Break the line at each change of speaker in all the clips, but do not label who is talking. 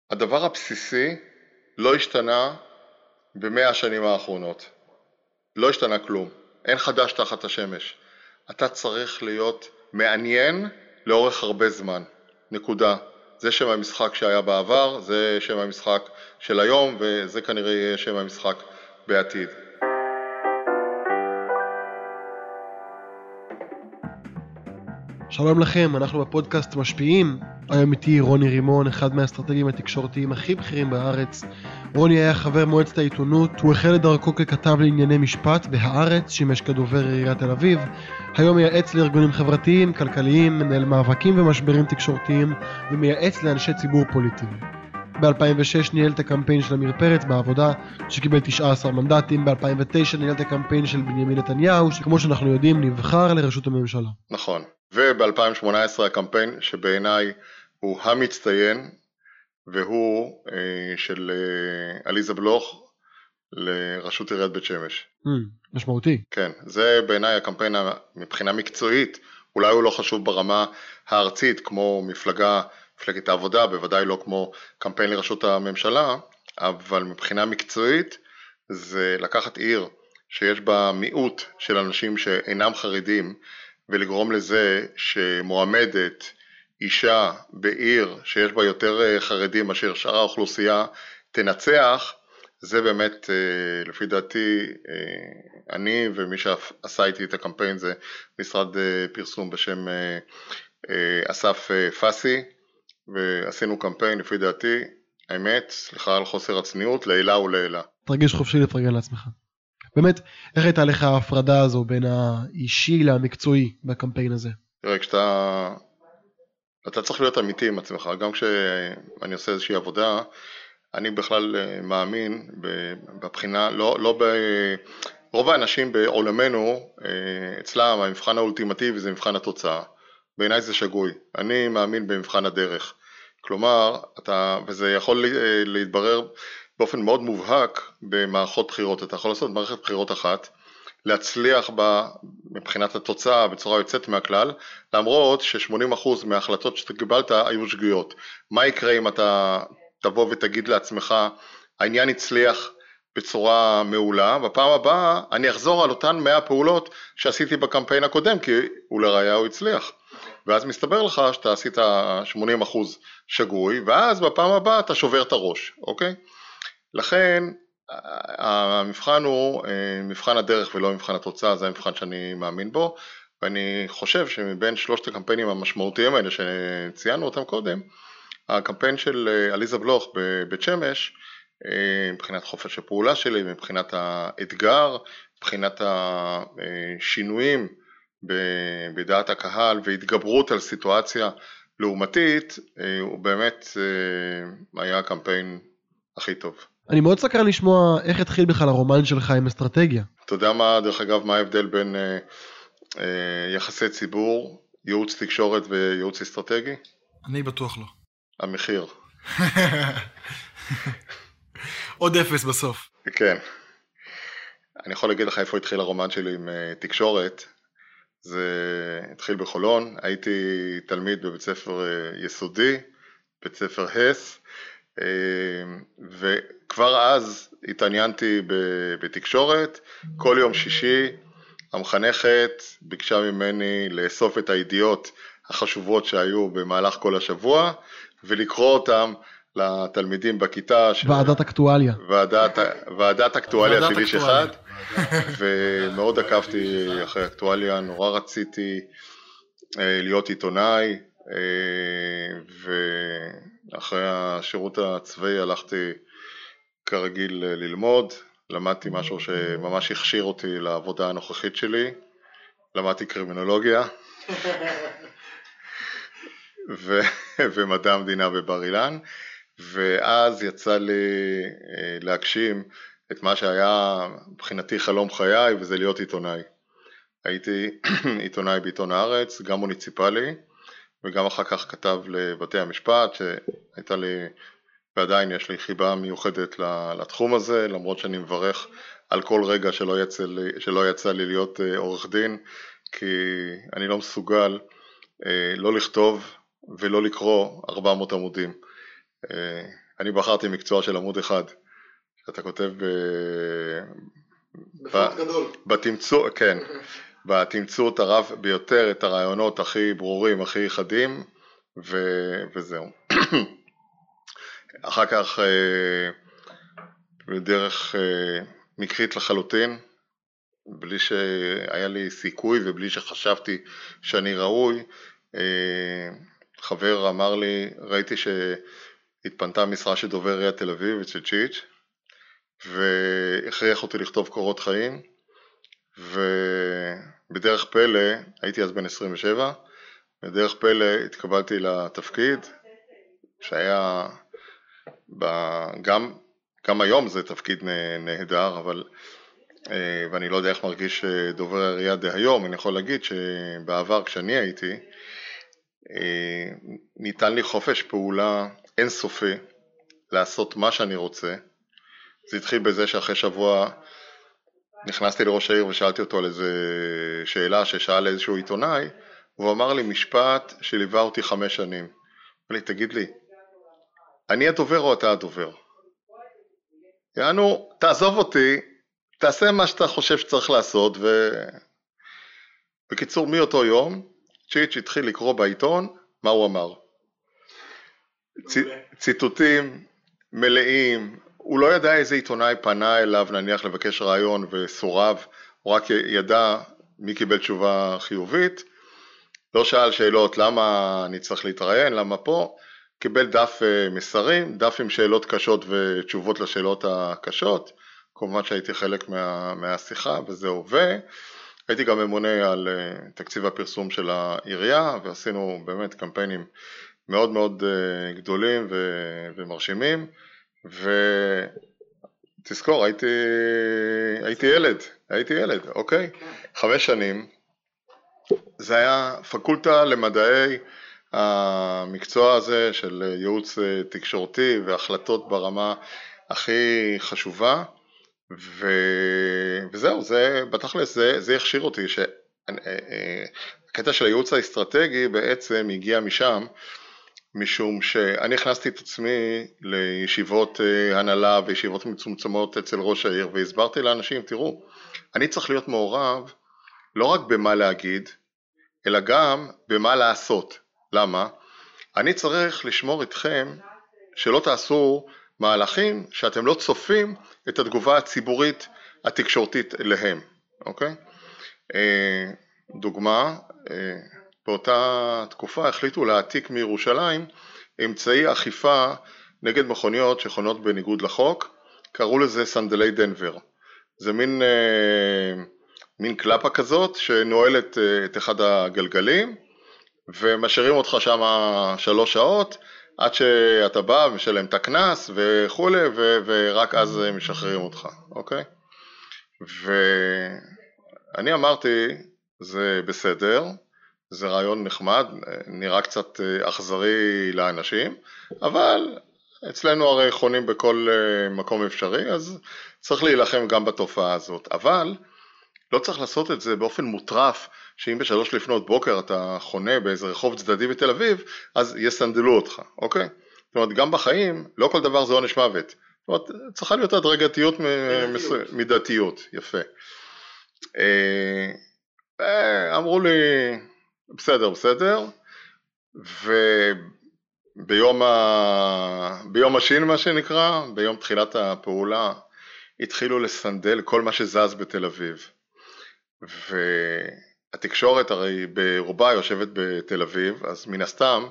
הדבר הבסיסי לא השתנה ב100 השנים האחרונות. לא השתנה כלום. אין חדש תחת השמש. אתה צריך להיות מעניין לאורך הרבה זמן. נקודה. זה שם המשחק שהיה בעבר, זה שם המשחק של היום, וזה כנראה יהיה שם המשחק בעתיד.
שלום לכם, אנחנו בפודקאסט משפיעים. היום איתי רוני רימון, אחד מהאסטרטגים התקשורתיים הכי בכירים בארץ. רוני היה חבר מועצת העיתונות, הוא החל את דרכו ככתב לענייני משפט בהארץ, שימש כדובר עיריית תל אביב. היום מייעץ לארגונים חברתיים, כלכליים, מנהל מאבקים ומשברים תקשורתיים, ומייעץ לאנשי ציבור פוליטיים. ב-2006 ניהל את הקמפיין של עמיר פרץ בעבודה, שקיבל 19 מנדטים. ב-2009 ניהל את הקמפיין של בנימין נתניהו, שכמו שאנחנו יודעים נבחר לראשות הממשלה.
נכון. וב-2018 הקמפיין שבעיניי הוא המצטיין, והוא של עליזה בלוך לראשות עיריית בית שמש.
משמעותי.
כן, זה בעיניי הקמפיין מבחינה מקצועית, אולי הוא לא חשוב ברמה הארצית כמו מפלגת העבודה, בוודאי לא כמו קמפיין לראשות הממשלה, אבל מבחינה מקצועית זה לקחת עיר שיש בה מיעוט של אנשים שאינם חרדים, ולגרום לזה שמועמדת אישה בעיר שיש בה יותר חרדים מאשר שאר האוכלוסייה תנצח, זה באמת לפי דעתי אני ומי שעשה איתי את הקמפיין זה משרד פרסום בשם אסף פסי, ועשינו קמפיין לפי דעתי, האמת, סליחה על חוסר הצניעות, לעילה ולעילה.
תרגיש חופשי לפרגן לעצמך. באמת, איך הייתה לך ההפרדה הזו בין האישי למקצועי בקמפיין הזה?
תראה, אתה צריך להיות אמיתי עם עצמך, גם כשאני עושה איזושהי עבודה, אני בכלל מאמין בבחינה, רוב האנשים בעולמנו, אצלם המבחן האולטימטיבי זה מבחן התוצאה. בעיניי זה שגוי, אני מאמין במבחן הדרך. כלומר, וזה יכול להתברר באופן מאוד מובהק במערכות בחירות. אתה יכול לעשות מערכת בחירות אחת, להצליח מבחינת התוצאה בצורה יוצאת מהכלל, למרות ש80% מההחלטות שאתה קיבלת היו שגויות. מה יקרה אם אתה תבוא ותגיד לעצמך, העניין הצליח בצורה מעולה, בפעם הבאה אני אחזור על אותן 100 פעולות שעשיתי בקמפיין הקודם, כי ולראיה הוא הצליח. ואז מסתבר לך שאתה עשית 80% שגוי, ואז בפעם הבאה אתה שובר את הראש, אוקיי? לכן המבחן הוא מבחן הדרך ולא מבחן התוצאה, זה המבחן שאני מאמין בו, ואני חושב שמבין שלושת הקמפיינים המשמעותיים האלה שציינו אותם קודם, הקמפיין של עליזה בלוך בבית שמש, מבחינת חופש הפעולה שלי, מבחינת האתגר, מבחינת השינויים בדעת הקהל והתגברות על סיטואציה לעומתית, הוא באמת היה הקמפיין הכי טוב.
אני מאוד סקרן לשמוע איך התחיל בכלל הרומן שלך עם אסטרטגיה.
אתה יודע מה, דרך אגב, מה ההבדל בין יחסי ציבור, ייעוץ תקשורת וייעוץ אסטרטגי?
אני בטוח לא.
המחיר.
עוד אפס בסוף.
כן. אני יכול להגיד לך איפה התחיל הרומן שלי עם תקשורת. זה התחיל בחולון, הייתי תלמיד בבית ספר יסודי, בית ספר הס, וכבר אז התעניינתי בתקשורת. כל יום שישי המחנכת ביקשה ממני לאסוף את הידיעות החשובות שהיו במהלך כל השבוע, ולקרוא אותם לתלמידים בכיתה.
ועדת אקטואליה.
ועדת אקטואליה של איש אחד, ומאוד עקבתי אחרי אקטואליה, נורא רציתי להיות עיתונאי, ואחרי השירות הצבאי הלכתי כרגיל ללמוד, למדתי משהו שממש הכשיר אותי לעבודה הנוכחית שלי, למדתי קרימינולוגיה, ומדע המדינה בבר אילן, ואז יצא לי להגשים את מה שהיה מבחינתי חלום חיי, וזה להיות עיתונאי. הייתי עיתונאי בעיתון הארץ, גם מוניציפלי, וגם אחר כך כתב לבתי המשפט, שהייתה לי, ועדיין יש לי חיבה מיוחדת לתחום הזה, למרות שאני מברך על כל רגע שלא יצא לי להיות עורך דין, כי אני לא מסוגל לא לכתוב ולא לקרוא 400 עמודים. אני בחרתי מקצוע של עמוד אחד, שאתה כותב
בפונט גדול.
בתמצות, כן, בתמצות הרב ביותר את הרעיונות הכי ברורים, הכי חדים, וזהו. אחר כך, בדרך מקרית לחלוטין, בלי שהיה לי סיכוי ובלי שחשבתי שאני ראוי, חבר אמר לי, ראיתי שהתפנתה משרה של דובר עיריית תל אביב אצל צ'יץ', והכריח אותי לכתוב קורות חיים, ובדרך פלא, הייתי אז בן 27, בדרך פלא התקבלתי לתפקיד, שהיה גם היום זה תפקיד נהדר, אבל ואני לא יודע איך מרגיש דובר העירייה דהיום, אני יכול להגיד שבעבר כשאני הייתי, ניתן לי חופש פעולה אינסופי לעשות מה שאני רוצה. זה התחיל בזה שאחרי שבוע נכנסתי לראש העיר ושאלתי אותו על איזה שאלה ששאל איזשהו עיתונאי, והוא אמר לי משפט שליווה אותי 5 שנים. אמר לי, תגיד לי, אני הדובר או אתה הדובר? יענו, תעזוב אותי, תעשה מה שאתה חושב שצריך לעשות, בקיצור, מאותו יום, צ'יץ' התחיל לקרוא בעיתון מה הוא אמר. ציטוטים מלאים, הוא לא ידע איזה עיתונאי פנה אליו נניח לבקש רעיון וסורב, הוא רק ידע מי קיבל תשובה חיובית, לא שאל שאלות למה אני צריך להתראיין, למה פה, קיבל דף מסרים, דף עם שאלות קשות ותשובות לשאלות הקשות, כמובן שהייתי חלק מהשיחה וזהו, והייתי גם ממונה על תקציב הפרסום של העירייה, ועשינו באמת קמפיינים מאוד מאוד גדולים ומרשימים, ותזכור, הייתי ילד, אוקיי? 5 שנים, זה היה פקולטה למדעי המקצוע הזה של ייעוץ תקשורתי והחלטות ברמה הכי חשובה, וזהו, בתכלס זה יכשיר אותי, הקטע של הייעוץ האסטרטגי בעצם הגיע משם, משום שאני הכנסתי את עצמי לישיבות הנהלה וישיבות מצומצמות אצל ראש העיר, והסברתי לאנשים, תראו, אני צריך להיות מעורב לא רק במה להגיד, אלא גם במה לעשות. למה? אני צריך לשמור אתכם שלא תעשו מהלכים שאתם לא צופים את התגובה הציבורית התקשורתית אליהם, אוקיי? דוגמה, באותה תקופה החליטו להעתיק מירושלים אמצעי אכיפה נגד מכוניות שחונות בניגוד לחוק, קראו לזה סנדלי דנבר. זה מין קלפה כזאת שנועלת את אחד הגלגלים, ומשאירים אותך שם 3 שעות, עד שאתה בא ומשלם את הכנס וכו', ורק אז משחררים אותך, אוקיי? ואני אמרתי, זה בסדר, זה רעיון נחמד, נראה קצת אכזרי לאנשים, אבל אצלנו הרי חונים בכל מקום אפשרי, אז צריך להילחם גם בתופעה הזאת, אבל לא צריך לעשות את זה באופן מוטרף, שאם ב3 לפנות בוקר אתה חונה באיזה רחוב צדדי בתל אביב, אז יסנדלו אותך, אוקיי? זאת אומרת, גם בחיים, לא כל דבר זה עונש מוות. זאת אומרת, צריכה להיות הדרגתיות מידתיות, יפה. אמרו לי, בסדר, וביום השין מה שנקרא, ביום תחילת הפעולה, התחילו לסנדל כל מה שזז בתל אביב. והתקשורת הרי ברובה יושבת בתל אביב, אז מן הסתם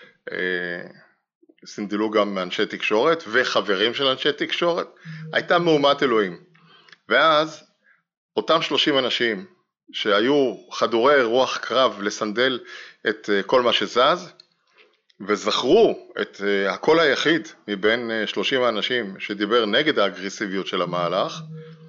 סנדלו גם אנשי תקשורת וחברים של אנשי תקשורת, הייתה מהומת אלוהים. ואז אותם 30 אנשים שהיו חדורי רוח קרב לסנדל את כל מה שזז, וזכרו את הקול היחיד מבין 30 האנשים שדיבר נגד האגרסיביות של המהלך,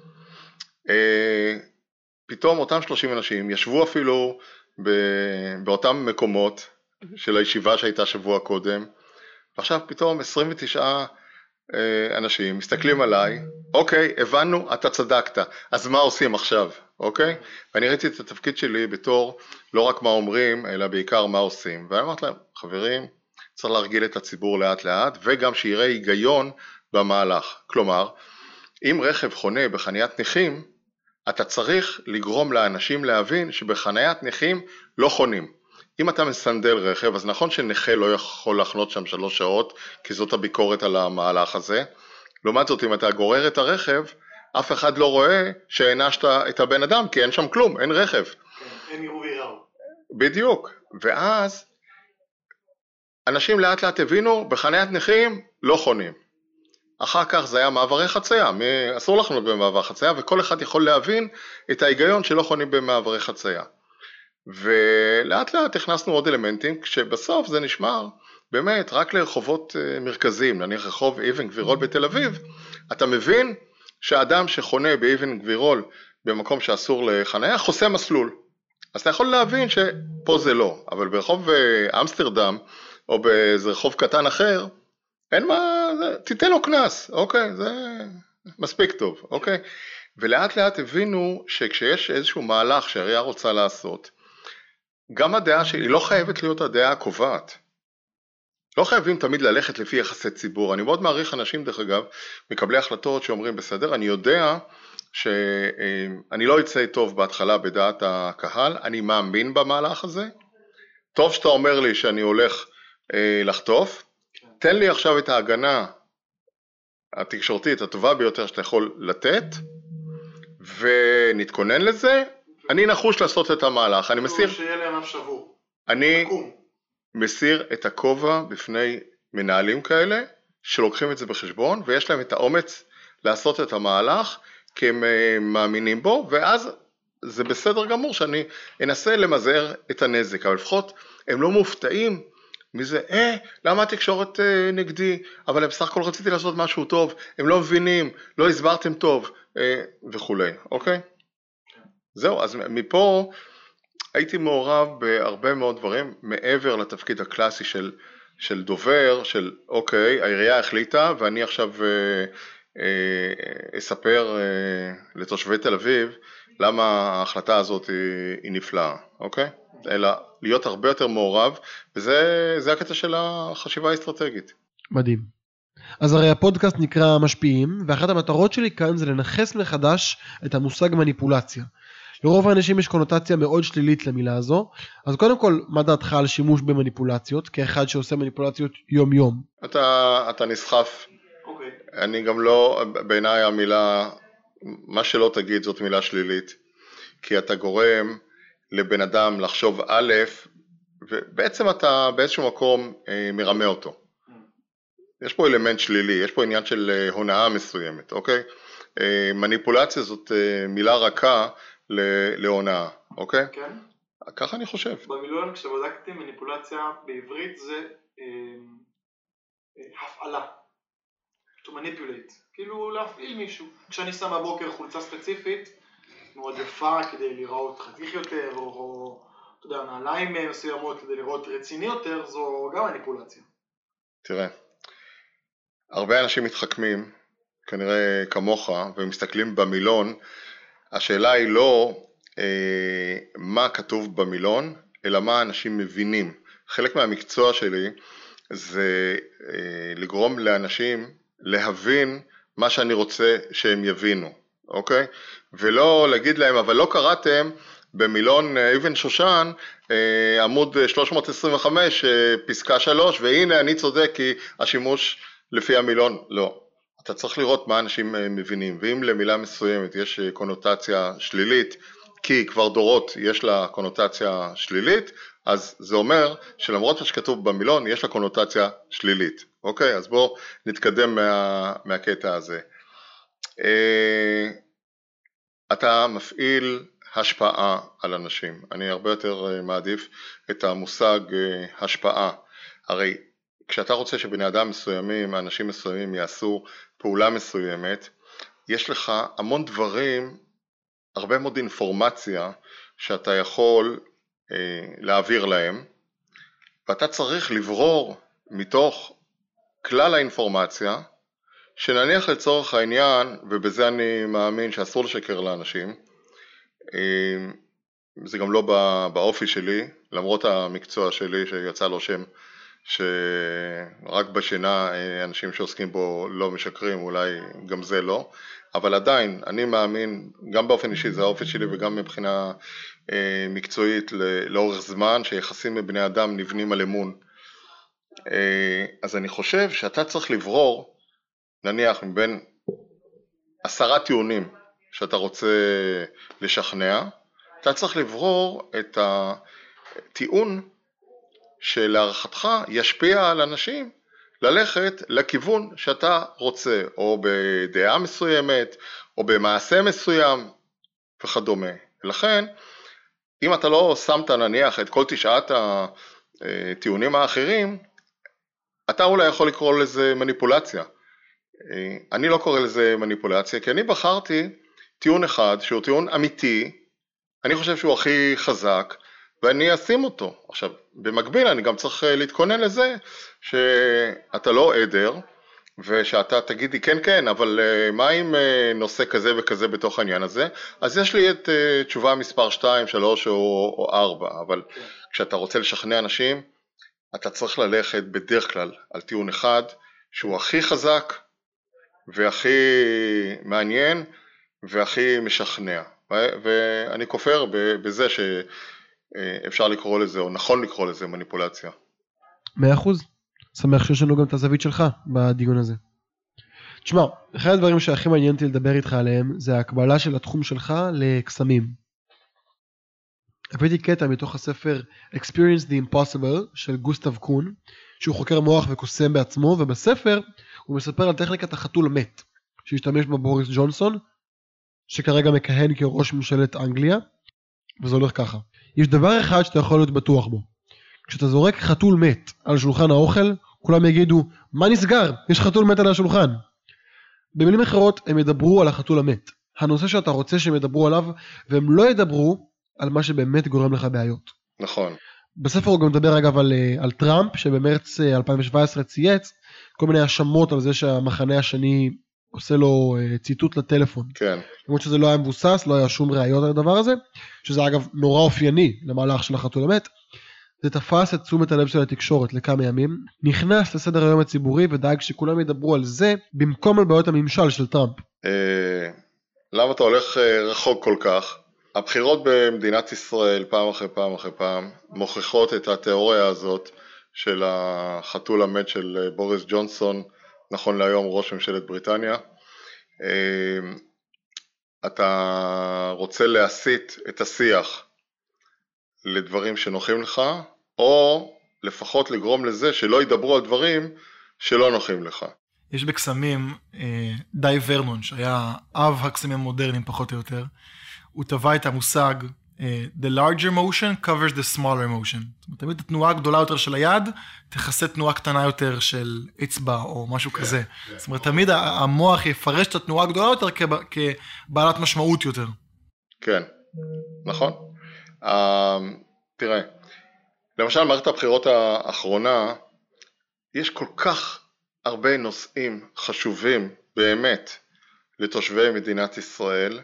פתאום אותם 30 אנשים ישבו אפילו באותם מקומות של הישיבה שהייתה שבוע קודם, ועכשיו פתאום 29 אנשים מסתכלים עליי, אוקיי, הבנו, אתה צדקת, אז מה עושים עכשיו, אוקיי? ואני ראיתי את התפקיד שלי בתור לא רק מה אומרים, אלא בעיקר מה עושים, ואני אמרתי להם, חברים, צריך להרגיל את הציבור לאט לאט, וגם שיראה היגיון במהלך. כלומר, אם רכב חונה בחניית נכים, אתה צריך לגרום לאנשים להבין שבחניית נכים לא חונים. אם אתה מסנדל רכב, אז נכון שנכה לא יכול לחנות שם 3 שעות, כי זאת הביקורת על המהלך הזה. לעומת זאת, אם אתה גורר את הרכב, אף אחד לא רואה שהענשת את הבן אדם, כי אין שם כלום, אין רכב.
כן, אין יראו ויראו.
בדיוק, ואז אנשים לאט לאט הבינו, בחניית נכים לא חונים. אחר כך זה היה מעברי חצייה, אסור לחנות במעבר חצייה, וכל אחד יכול להבין את ההיגיון שלא חונים במעברי חצייה. ולאט לאט הכנסנו עוד אלמנטים, כשבסוף זה נשמר באמת רק לרחובות מרכזיים, נניח רחוב אבן גבירול בתל אביב, אתה מבין שהאדם שחונה באבן גבירול במקום שאסור לחניה חוסם מסלול. אז אתה יכול להבין שפה זה לא, אבל ברחוב אמסטרדם או באיזה רחוב קטן אחר, אין מה, תיתן לו כנס, אוקיי, זה מספיק טוב, אוקיי. ולאט לאט הבינו שכשיש איזשהו מהלך שהעירייה רוצה לעשות, גם הדעה שלי לא חייבת להיות הדעה הקובעת. לא חייבים תמיד ללכת לפי יחסי ציבור. אני מאוד מעריך אנשים, דרך אגב, מקבלי החלטות שאומרים בסדר, אני יודע שאני לא אצא טוב בהתחלה בדעת הקהל, אני מאמין במהלך הזה. טוב שאתה אומר לי שאני הולך לחטוף, תן לי עכשיו את ההגנה התקשורתית הטובה ביותר שאתה יכול לתת, ונתכונן לזה, אני נחוש לעשות את המהלך. אני מסיר...
שיהיה להם אף שבור.
אני מסיר את הכובע בפני מנהלים כאלה, שלוקחים את זה בחשבון, ויש להם את האומץ לעשות את המהלך, כי הם מאמינים בו, ואז זה בסדר גמור שאני אנסה למזער את הנזק, אבל לפחות הם לא מופתעים מזה, למה התקשורת נגדי, אבל בסך הכל רציתי לעשות משהו טוב, הם לא מבינים, לא הסברתם טוב, וכולי, אוקיי? זהו, אז מפה הייתי מעורב בהרבה מאוד דברים, מעבר לתפקיד הקלאסי של דובר, של אוקיי, העירייה החליטה, ואני עכשיו אספר לתושבי תל אביב, למה ההחלטה הזאת היא נפלאה, אוקיי? אלא להיות הרבה יותר מעורב, וזה הקטע של החשיבה האסטרטגית.
מדהים. אז הרי הפודקאסט נקרא משפיעים, ואחת המטרות שלי כאן זה לנחס מחדש את המושג מניפולציה. לרוב האנשים יש קונוטציה מאוד שלילית למילה הזו, אז קודם כל, מה דעתך על שימוש במניפולציות, כאחד שעושה מניפולציות יום יום?
אתה נסחף.
אוקיי.
אני גם לא, בעיניי המילה, מה שלא תגיד זאת מילה שלילית, כי אתה גורם לבן אדם לחשוב א', ובעצם אתה באיזשהו מקום מרמה אותו. יש פה אלמנט שלילי, יש פה עניין של הונאה מסוימת, אוקיי? מניפולציה זאת מילה רכה להונאה, אוקיי?
כן.
ככה אני חושב.
במילון כשבדקתי מניפולציה בעברית זה הפעלה. To manipulate. כאילו להפעיל מישהו. כשאני שם בבוקר חולצה ספציפית, מאוד יפה כדי לראות חתיך יותר, או אתה יודע, נעליים מסוימות כדי לראות רציני יותר, זו גם מניפולציה.
תראה, הרבה אנשים מתחכמים, כנראה כמוך, ומסתכלים במילון, השאלה היא לא מה כתוב במילון, אלא מה אנשים מבינים. חלק מהמקצוע שלי זה לגרום לאנשים להבין מה שאני רוצה שהם יבינו, אוקיי? ולא להגיד להם, אבל לא קראתם במילון אבן שושן, עמוד 325, פסקה 3, והנה אני צודק כי השימוש לפי המילון, לא. אתה צריך לראות מה אנשים מבינים, ואם למילה מסוימת יש קונוטציה שלילית, כי כבר דורות יש לה קונוטציה שלילית, אז זה אומר שלמרות מה שכתוב במילון יש לה קונוטציה שלילית. אוקיי, אז בואו נתקדם מהקטע הזה. אתה מפעיל השפעה על אנשים. אני הרבה יותר מעדיף את המושג השפעה. הרי כשאתה רוצה שבני אדם מסוימים, אנשים מסוימים יעשו פעולה מסוימת, יש לך המון דברים, הרבה מאוד אינפורמציה שאתה יכול להעביר להם, ואתה צריך לברור מתוך כלל האינפורמציה, שנניח לצורך העניין, ובזה אני מאמין שאסור לשקר לאנשים, זה גם לא באופי שלי, למרות המקצוע שלי שיצא לו שרק בשינה אנשים שעוסקים בו לא משקרים, אולי גם זה לא, אבל עדיין אני מאמין, גם באופן אישי זה האופן שלי וגם מבחינה מקצועית לאורך זמן, שיחסים מבני אדם נבנים על אמון. אז אני חושב שאתה צריך לברור, נניח מבין 10 טיעונים שאתה רוצה לשכנע, אתה צריך לברור את הטיעון שלהערכתך ישפיע על אנשים ללכת לכיוון שאתה רוצה, או בדעה מסוימת, או במעשה מסוים וכדומה. ולכן, אם אתה לא שמת נניח את כל 9 הטיעונים האחרים, אתה אולי יכול לקרוא לזה מניפולציה. אני לא קורא לזה מניפולציה, כי אני בחרתי טיעון אחד שהוא טיעון אמיתי, אני חושב שהוא הכי חזק, ואני אשים אותו. עכשיו, במקביל אני גם צריך להתכונן לזה שאתה לא עדר, ושאתה תגידי כן כן, אבל מה עם נושא כזה וכזה בתוך העניין הזה? אז יש לי את תשובה מספר 2, 3 או 4, אבל כשאתה רוצה לשכנע אנשים, אתה צריך ללכת בדרך כלל על טיעון אחד, שהוא הכי חזק, והכי מעניין, והכי משכנע. ואני כופר בזה שאפשר לקרוא לזה, או נכון לקרוא לזה מניפולציה.
100%. שמח שיש לנו גם את הזווית שלך בדיון הזה. תשמע, אחד הדברים שהכי מעניין אותי לדבר איתך עליהם, זה ההקבלה של התחום שלך לקסמים. הבאתי קטע מתוך הספר Experience the Impossible של גוסטב קון, שהוא חוקר מוח וקוסם בעצמו, ובספר הוא מספר על טכניקת החתול המת, שהשתמש בה בוריס ג'ונסון, שכרגע מכהן כראש ממשלת אנגליה, וזה הולך ככה. יש דבר אחד שאתה יכול להיות בטוח בו. כשאתה זורק חתול מת על שולחן האוכל, כולם יגידו, מה נסגר? יש חתול מת על השולחן. במילים אחרות, הם ידברו על החתול המת. הנושא שאתה רוצה שהם ידברו עליו, והם לא ידברו על מה שבאמת גורם לך בעיות.
נכון.
בספר הוא גם מדבר אגב על טראמפ, שבמרץ 2017 צייץ, כל מיני האשמות על זה שהמחנה השני עושה לו ציטוט לטלפון.
כן.
למרות שזה לא היה מבוסס, לא היה שום ראיות על הדבר הזה, שזה אגב נורא אופייני למהלך של החתול המת. זה תפס את תשומת הלב של התקשורת לכמה ימים, נכנס לסדר היום הציבורי ודאג שכולם ידברו על זה, במקום על בעיות הממשל של טראמפ.
למה אתה הולך רחוק כל כך? הבחירות במדינת ישראל פעם אחרי פעם אחרי פעם מוכיחות את התיאוריה הזאת של החתול המת של בוריס ג'ונסון, נכון להיום ראש ממשלת בריטניה. אתה רוצה להסיט את השיח לדברים שנוחים לך, או לפחות לגרום לזה שלא ידברו על דברים שלא נוחים לך.
יש בקסמים די ורנון, שהיה אב הקסמים המודרניים פחות או יותר, הוא טבע את המושג the larger motion covers the smaller motion. זאת אומרת, תמיד התנועה הגדולה יותר של היד תכסה תנועה קטנה יותר של אצבע או משהו כזה. זאת אומרת, תמיד המוח יפרש את התנועה הגדולה יותר כבעלת משמעות יותר.
כן, נכון. תראה, למשל מערכת הבחירות האחרונה, יש כל כך הרבה נושאים חשובים באמת לתושבי מדינת ישראל,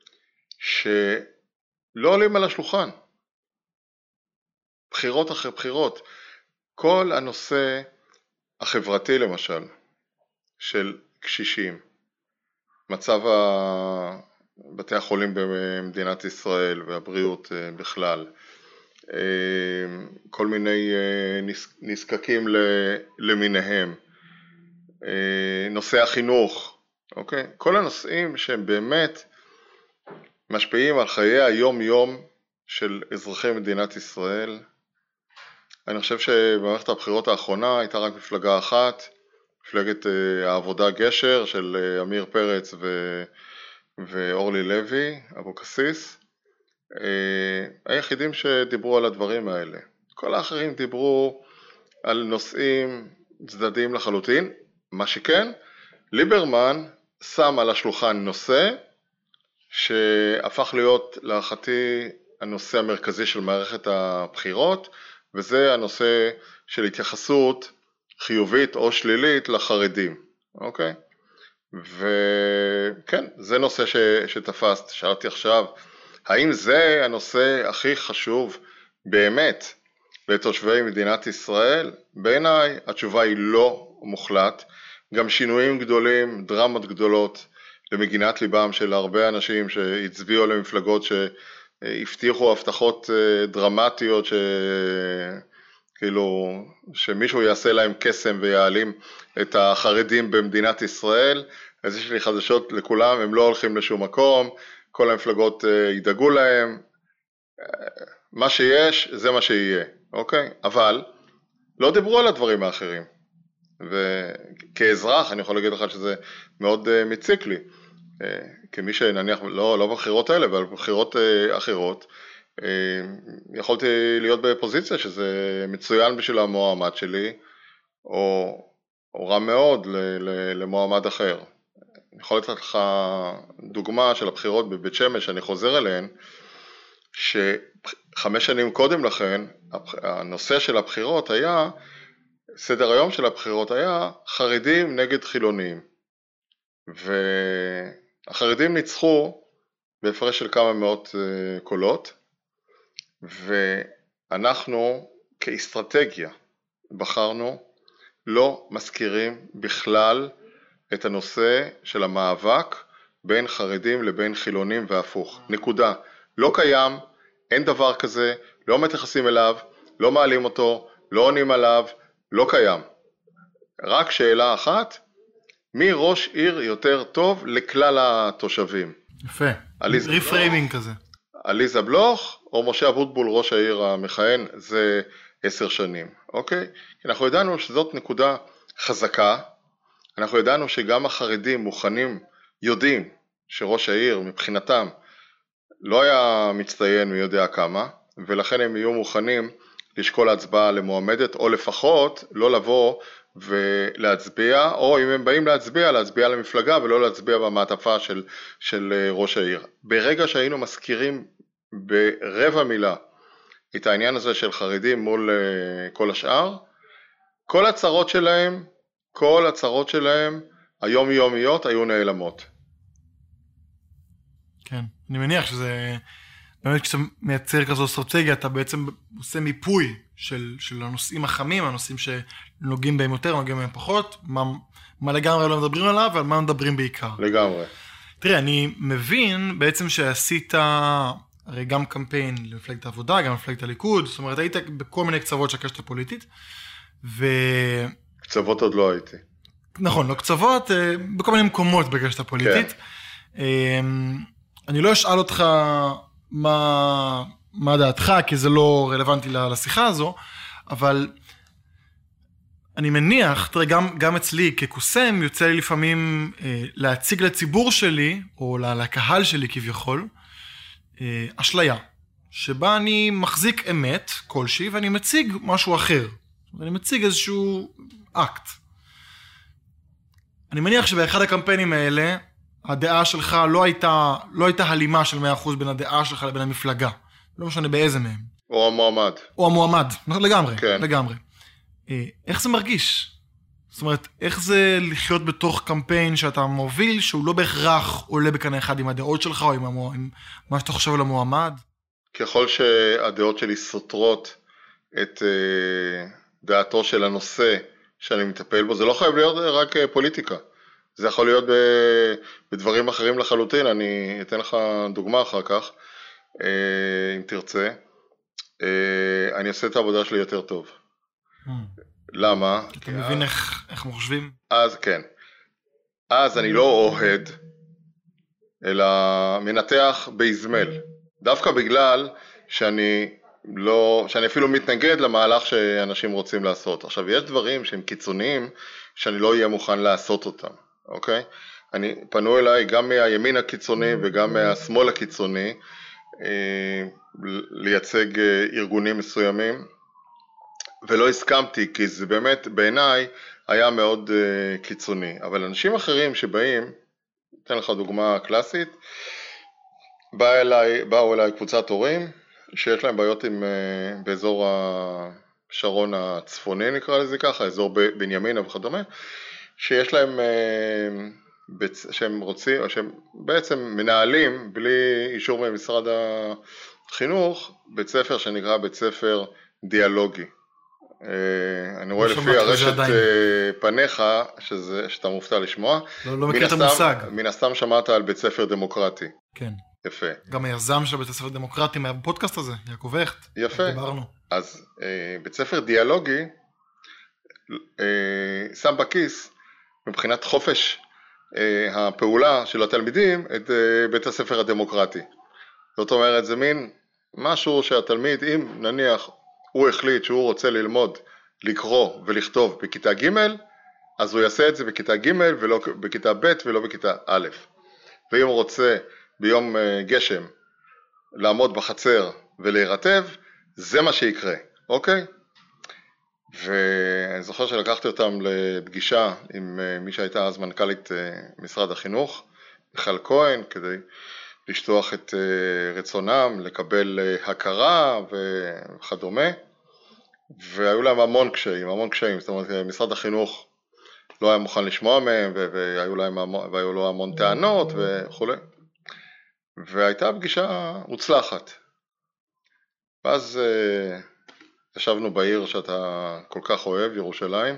שלא עולים על השולחן. בחירות אחרי בחירות. כל הנושא החברתי למשל, של קשישים, מצב בתי החולים במדינת ישראל והבריאות בכלל, כל מיני נזקקים למיניהם, נושא החינוך, אוקיי? כל הנושאים שהם באמת משפיעים על חיי היום-יום של אזרחי מדינת ישראל. אני חושב שבמערכת הבחירות האחרונה הייתה רק מפלגה אחת, מפלגת העבודה גשר של אמיר פרץ ואורלי לוי, אבוקסיס, היחידים שדיברו על הדברים האלה. כל האחרים דיברו על נושאים צדדיים לחלוטין. מה שכן, ליברמן שם על השולחן נושא שהפך להיות להערכתי הנושא המרכזי של מערכת הבחירות, וזה הנושא של התייחסות חיובית או שלילית לחרדים, אוקיי? וכן, זה נושא שתפסת. שאלתי עכשיו, האם זה הנושא הכי חשוב באמת בתושבי מדינת ישראל? בעיניי התשובה היא לא מוחלט. גם שינויים גדולים, דרמות גדולות למגינת ליבם של הרבה אנשים שהצביעו למפלגות שהבטיחו הבטחות דרמטיות כאילו שמישהו יעשה להם קסם ויעלים את החרדים במדינת ישראל. אז יש לי חדשות לכולם, הם לא הולכים לשום מקום, כל המפלגות ידאגו להם, מה שיש זה מה שיהיה, אוקיי? אבל לא דיברו על הדברים האחרים, וכאזרח אני יכול להגיד לך שזה מאוד מציק לי, כמי שנניח לא בבחירות האלה, אבל בבחירות אחרות, יכולתי להיות בפוזיציה שזה מצוין בשביל המועמד שלי, או רע מאוד למועמד אחר. אני יכול לתת לך דוגמה של הבחירות בבית שמש, אני חוזר אליהן, ש5 שנים קודם לכן, הנושא של הבחירות היה, סדר היום של הבחירות היה חרדים נגד חילונים. והחרדים ניצחו בהפרש של כמה מאות קולות, ואנחנו כאסטרטגיה בחרנו לא מזכירים בכלל את הנושא של המאבק בין חרדים לבין חילונים והפוך. נקודה. לא קיים, אין דבר כזה, לא מתייחסים אליו, לא מעלים אותו, לא עונים עליו, לא קיים. רק שאלה אחת, מי ראש עיר יותר טוב לכלל התושבים?
יפה, ריפריימינג כזה.
עליזה בלוך או משה אבוטבול ראש העיר המכהן, זה 10 שנים, אוקיי? אנחנו ידענו שזאת נקודה חזקה, אנחנו ידענו שגם החרדים יודעים שראש העיר מבחינתם לא היה מצטיין מי יודע כמה, ולכן הם יהיו מוכנים לשקול הצבעה למועמדת, או לפחות לא לבוא ולהצביע, או אם הם באים להצביע למפלגה ולא להצביע במעטפה של ראש העיר. ברגע שהיינו מזכירים ברבע מילה את העניין הזה של חרדים מול כל השאר, כל הצרות שלהם היומיומיות היו נעלמות.
כן, אני מניח שזה, באמת כשאתה מייצר כזו אסטרטגיה, אתה בעצם עושה מיפוי של הנושאים החמים, הנושאים שנוגעים בהם יותר, נוגעים בהם פחות, מה לגמרי לא מדברים עליו, ועל מה מדברים בעיקר.
לגמרי.
תראה, אני מבין בעצם שעשית הרי גם קמפיין למפלגת העבודה, גם למפלגת הליכוד, זאת אומרת, היית בכל מיני קצוות של הקשת הפוליטית,
קצוות עוד לא הייתי.
נכון, לא קצוות, בכל מיני מקומות בקשת הפוליטית. כן. אני לא אשאל אותך מה דעתך, כי זה לא רלוונטי לשיחה הזו, אבל אני מניח, תראה, גם אצלי כקוסם, יוצא לי לפעמים להציג לציבור שלי, או לקהל שלי כביכול, אשליה, שבה אני מחזיק אמת כלשהי, ואני מציג משהו אחר. אני מציג איזשהו אקט. אני מניח שבאחד הקמפיינים האלה, הדעה שלך לא הייתה הלימה של 100% בין הדעה שלך לבין המפלגה. לא משנה באיזה מהם.
או המועמד.
או המועמד, לגמרי,
כן.
לגמרי. איך זה מרגיש? זאת אומרת, איך זה לחיות בתוך קמפיין שאתה מוביל, שהוא לא בהכרח עולה בקנה אחד עם הדעות שלך, או עם מה שאתה חושב על המועמד?
ככל שהדעות שלי סותרות את דעתו של הנושא שאני מטפל בו, זה לא חייב להיות רק פוליטיקה. זה יכול להיות בדברים אחרים לחלוטין, אני אתן לך דוגמה אחר כך, אם תרצה. אני עושה את העבודה שלי יותר טוב. למה?
אתה מבין איך מחשבים?
אז כן. אז אני לא אוהד, אלא מנתח בהזמל. דווקא בגלל שאני אפילו מתנגד למהלך שאנשים רוצים לעשות. עכשיו, יש דברים שהם קיצוניים, שאני לא אהיה מוכן לעשות אותם, אוקיי? פנו אליי גם מהימין הקיצוני וגם מהשמאל הקיצוני, לייצג ארגונים מסוימים, ולא הסכמתי, כי זה באמת בעיניי היה מאוד קיצוני. אבל אנשים אחרים שבאים, אתן לך דוגמה קלאסית, באו אליי קבוצת הורים, שיש להם בעיות באזור השרון הצפוני, נקרא לזה ככה, אזור בנימינה וכדומה, שיש להם, שהם בעצם מנהלים, בלי אישור ממשרד החינוך, בית ספר שנקרא בית ספר דיאלוגי. אני רואה לפי הרשת פניך שאתה מופתע לשמוע.
לא מכיר את המושג.
מן הסתם שמעת על בית ספר דמוקרטי.
כן.
יפה.
גם היזם של בית ספר דמוקרטי מהפודקאסט הזה, יעקב הכט.
יפה.
דיברנו.
אז בית ספר דיאלוגי שם בכיס מבחינת חופש הפעולה של התלמידים את בית הספר הדמוקרטי. זאת אומרת, זה מין משהו שהתלמיד, אם נניח הוא החליט שהוא רוצה ללמוד, לקרוא ולכתוב בכיתה ג', אז הוא יעשה את זה בכיתה ג' ולא בכיתה ב' ולא בכיתה א'. ואם הוא רוצה ביום גשם לעמוד בחצר ולהירטב, זה מה שיקרה, אוקיי? ואני זוכר שלקחתי אותם לפגישה עם מי שהייתה אז מנכ"לית משרד החינוך, מיכל כהן, כדי לשטוח את רצונם, לקבל הכרה וכדומה, והיו להם המון קשיים, זאת אומרת, משרד החינוך לא היה מוכן לשמוע מהם, והיו לו המון טענות וכו'. והייתה פגישה מוצלחת. ואז ישבנו בעיר שאתה כל כך אוהב, ירושלים,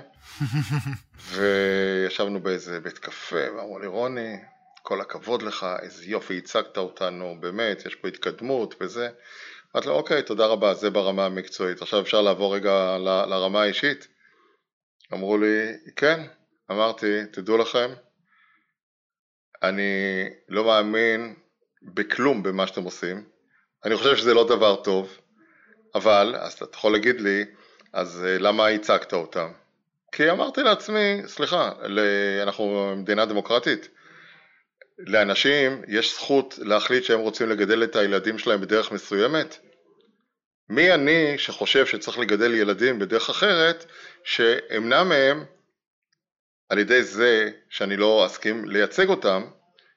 וישבנו באיזה בית קפה, ואמרו לי, רוני, כל הכבוד לך, איזה יופי, הצגת אותנו, באמת, יש פה התקדמות וזה. אמרתי לו, אוקיי, תודה רבה, זה ברמה המקצועית. עכשיו אפשר לעבור רגע לרמה האישית? אמרו לי, כן. אמרתי, תדעו לכם, אני לא מאמין בכלום במה שאתם עושים. אני חושב שזה לא דבר טוב, אבל, אז אתה יכול להגיד לי, אז למה הצגת אותם? כי אמרתי לעצמי, סליחה, אנחנו מדינה דמוקרטית, לאנשים יש זכות להחליט שהם רוצים לגדל את הילדים שלהם בדרך מסוימת. מי אני שחושב שצריך לגדל ילדים בדרך אחרת, שאמנע מהם, על ידי זה שאני לא אסכים לייצג אותם,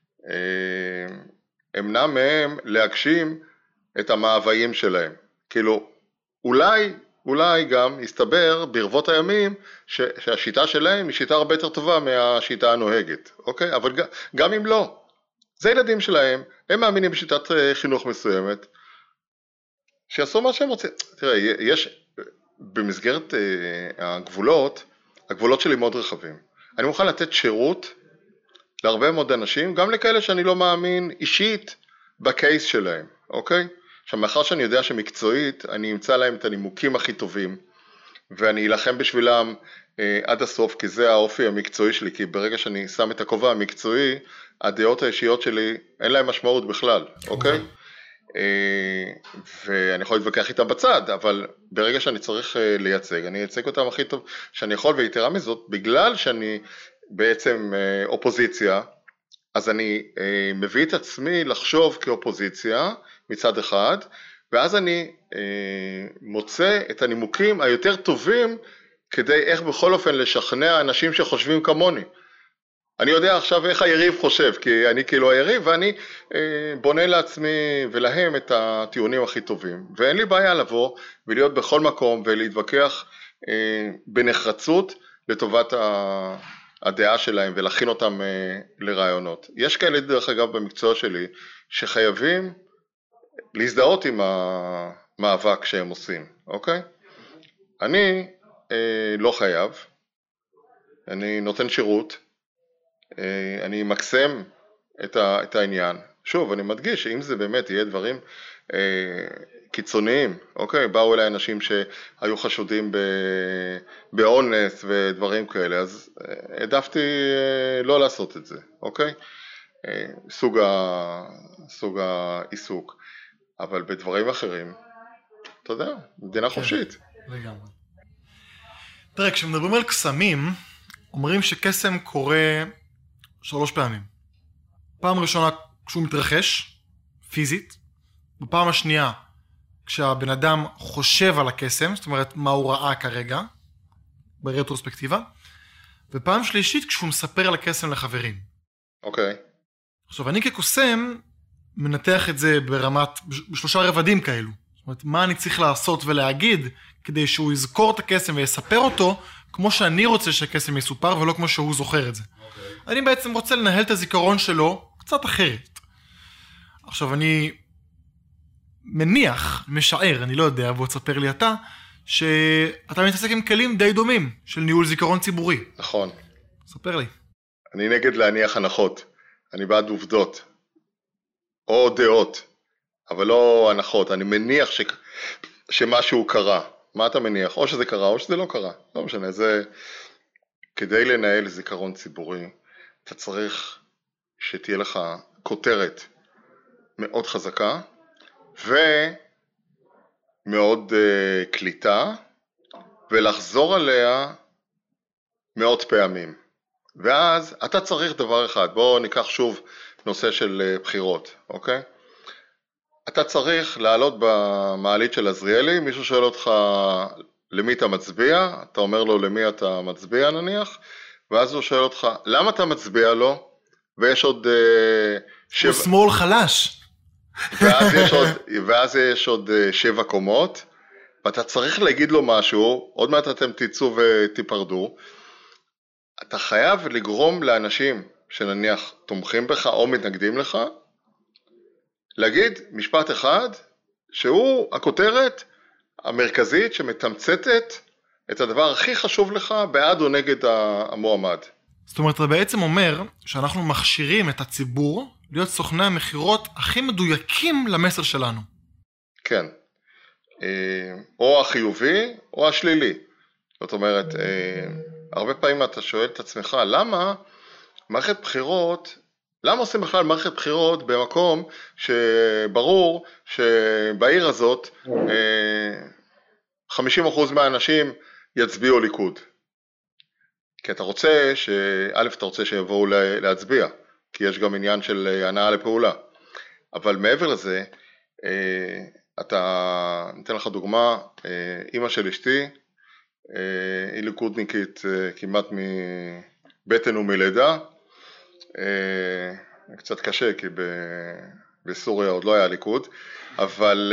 אמנע מהם להגשים את המאוויים שלהם. כאילו, אולי גם יסתבר ברבות הימים שהשיטה שלהם היא שיטה הרבה יותר טובה מהשיטה הנוהגת, אוקיי? אבל גם אם לא, זה ילדים שלהם, הם מאמינים בשיטת חינוך מסוימת, שיעשו מה שהם רוצים. תראה, יש במסגרת הגבולות שלי מאוד רחבים. אני מוכן לתת שירות להרבה מאוד אנשים, גם לכאלה שאני לא מאמין אישית בקייס שלהם, אוקיי? עכשיו, מאחר שאני יודע שמקצועית, אני אמצא להם את הנימוקים הכי טובים, ואני אלחם בשבילם עד הסוף, כי זה האופי המקצועי שלי, כי ברגע שאני שם את הכובע המקצועי, הדעות האישיות שלי אין להם משמעות בכלל, אוקיי? ואני יכול להתווכח איתם בצד, אבל ברגע שאני צריך לייצג, אני אייצג אותם הכי טוב שאני יכול, ויתרה מזאת, בגלל שאני בעצם אופוזיציה, אז אני מביא את עצמי לחשוב כאופוזיציה מצד אחד, ואז אני מוצא את הנימוקים היותר טובים כדי איך בכל אופן לשכנע אנשים שחושבים כמוני. אני יודע עכשיו איך היריב חושב, כי אני כאילו היריב, ואני בונה לעצמי ולהם את הטיעונים הכי טובים. ואין לי בעיה לבוא ולהיות בכל מקום ולהתווכח בנחרצות לטובת הדעה שלהם ולהכין אותם לרעיונות. יש כאלה דרך אגב במקצוע שלי שחייבים להזדהות עם המאבק שהם עושים, אוקיי? אני לא חייב, אני נותן שירות, אני מקסם את העניין. שוב, אני מדגיש שאם זה באמת יהיה דברים קיצוניים, אוקיי? באו אליי אנשים שהיו חשודים באונס ודברים כאלה, אז העדפתי לא לעשות את זה, אוקיי? סוג העיסוק. אבל בדברים אחרים, אתה יודע, מדינה חופשית.
לגמרי. תראה, כשמדברים על קסמים, אומרים שקסם קורה 3 פעמים. פעם ראשונה כשהוא מתרחש, פיזית, בפעם השנייה כשהבן אדם חושב על הקסם, זאת אומרת מה הוא ראה כרגע, ברטרוספקטיבה, ופעם שלישית כשהוא מספר על הקסם לחברים.
אוקיי.
עכשיו, אני כקוסם מנתח את זה בשלושה רבדים כאלו. זאת אומרת, מה אני צריך לעשות ולהגיד כדי שהוא יזכור את הקסם ויספר אותו כמו שאני רוצה שהקסם יסופר ולא כמו שהוא זוכר את זה. Okay. אני בעצם רוצה לנהל את הזיכרון שלו קצת אחרת. עכשיו, אני מניח, משער, אני לא יודע, בוא תספר לי אתה, שאתה מתעסק עם כלים די דומים של ניהול זיכרון ציבורי.
נכון.
ספר לי.
אני נגד להניח הנחות, אני בעד עובדות, או דעות, אבל לא הנחות. אני מניח שמשהו קרה. מה אתה מניח? או שזה קרה או שזה לא קרה, לא משנה. זה כדי לנהל זיכרון ציבורי, אתה צריך שתהיה לך כותרת מאוד חזקה, ומאוד קליטה, ולחזור עליה מאות פעמים. ואז אתה צריך דבר אחד, בואו ניקח שוב נושא של בחירות, אוקיי? אתה צריך לעלות במעלית של עזריאלי, מישהו שואל אותך למי אתה מצביע, אתה אומר לו למי אתה מצביע נניח, ואז הוא שואל אותך למה אתה מצביע לו, ויש עוד
הוא שמאל חלש.
ואז יש עוד 7 קומות, ואתה צריך להגיד לו משהו, עוד מעט אתם תצאו ותיפרדו, אתה חייב לגרום לאנשים שנניח תומכים בך או מתנגדים לך, להגיד משפט אחד שהוא הכותרת המרכזית שמתמצתת את הדבר הכי חשוב לך בעד או נגד המועמד.
זאת אומרת, אתה בעצם אומר שאנחנו מכשירים את הציבור להיות סוכני המחירות הכי מדויקים למסר שלנו.
כן, או החיובי או השלילי. זאת אומרת, הרבה פעמים אתה שואל את עצמך, למה מערכת בחירות, למה עושים בכלל מערכת בחירות במקום שברור שבעיר הזאת 50% מהאנשים יצביעו ליכוד? כי אתה רוצה אתה רוצה שיבואו להצביע, כי יש גם עניין של הנעה לפעולה. אבל מעבר לזה, ניתן לך דוגמה, אמא של אשתי, היא ליכודניקית כמעט מבטן ומלידה, קצת קשה כי בסוריה עוד לא היה ליכוד, אבל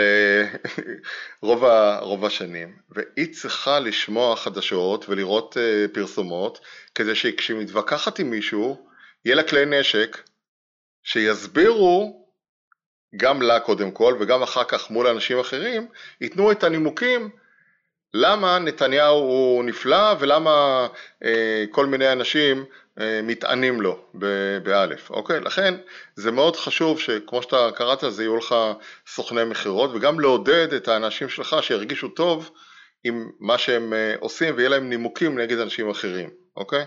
רוב השנים, והיא צריכה לשמוע חדשות ולראות פרסומות, כדי שכשהיא מתווכחת עם מישהו, יהיה לה כלי נשק שיסבירו גם לה קודם כל, וגם אחר כך מול אנשים אחרים, ייתנו את הנימוקים למה נתניהו הוא נפלא, ולמה כל מיני אנשים מתענים לו באלף, אוקיי? לכן זה מאוד חשוב שכמו שאתה קראת, זה יהיו לך סוכני מחירות, וגם לעודד את האנשים שלך שירגישו טוב עם מה שהם עושים, ויהיה להם נימוקים נגד אנשים אחרים, אוקיי?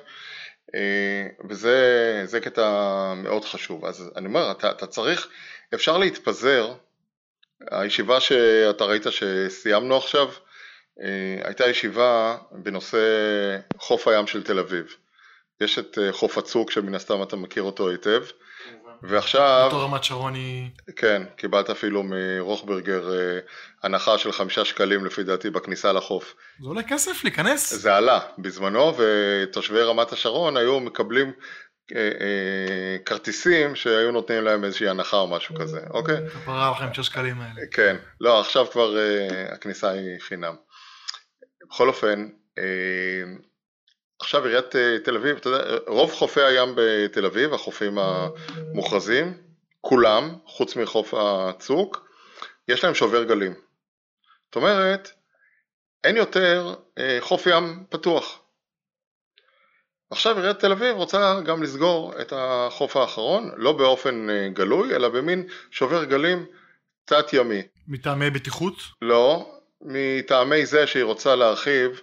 וזה קטע מאוד חשוב. אז אני אומר, אתה צריך, אפשר להתפזר. הישיבה שאתה ראית שסיימנו עכשיו, הייתה ישיבה בנושא חוף הים של תל אביב. יש את חוף הצוק שמן הסתם אתה מכיר אותו היטב, ועכשיו...
בתור רמת שרוני...
כן, קיבלת אפילו מרוחברגר הנחה של 5 שקלים לפי דעתי בכניסה לחוף.
זה עולה כסף להיכנס?
זה עלה בזמנו, ותושבי רמת השרון היו מקבלים כרטיסים שהיו נותנים להם איזושהי הנחה או משהו כזה, אוקיי?
כפרה לכם 6 שקלים האלה.
כן, לא, עכשיו כבר הכניסה היא חינם. בכל אופן, עכשיו עיריית תל אביב, אתה יודע, רוב חופי הים בתל אביב, החופים המוכרזים, כולם, חוץ מחוף הצוק, יש להם שובר גלים. זאת אומרת, אין יותר חוף ים פתוח. עכשיו עיריית תל אביב רוצה גם לסגור את החוף האחרון, לא באופן גלוי, אלא במין שובר גלים תת ימי.
מטעמי בטיחות?
לא, מטעמי זה שהיא רוצה להרחיב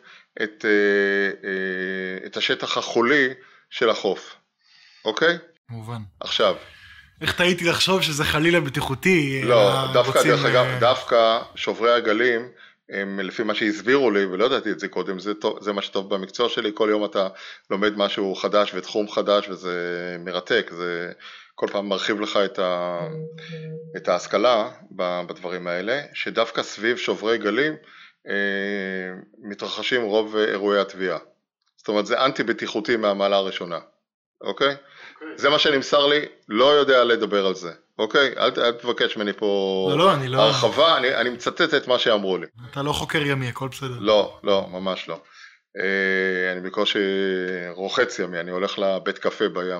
את השטח החולי של החוף, אוקיי?
מובן.
עכשיו.
איך טעיתי לחשוב שזה חלילה בטיחותי?
לא, דווקא דרך אגב, דווקא שוברי הגלים, הם לפי מה שהסבירו לי, ולא ידעתי את זה קודם, זה מה שטוב במקצוע שלי, כל יום אתה לומד משהו חדש ותחום חדש, וזה מרתק, זה כל פעם מרחיב לך את ההשכלה בדברים האלה, שדווקא סביב שוברי גלים, מתרחשים רוב אירועי התביעה. זאת אומרת, זה אנטי בטיחותי מהמעלה הראשונה, אוקיי? זה מה שנמסר לי, לא יודע לדבר על זה, אוקיי? אל תבקש ממני פה הרחבה, אני מצטט את מה שאמרו לי.
אתה לא חוקר ימי, הכל בסדר.
לא, ממש לא. אני בקושי רוחץ ימי, אני הולך לבית קפה בים.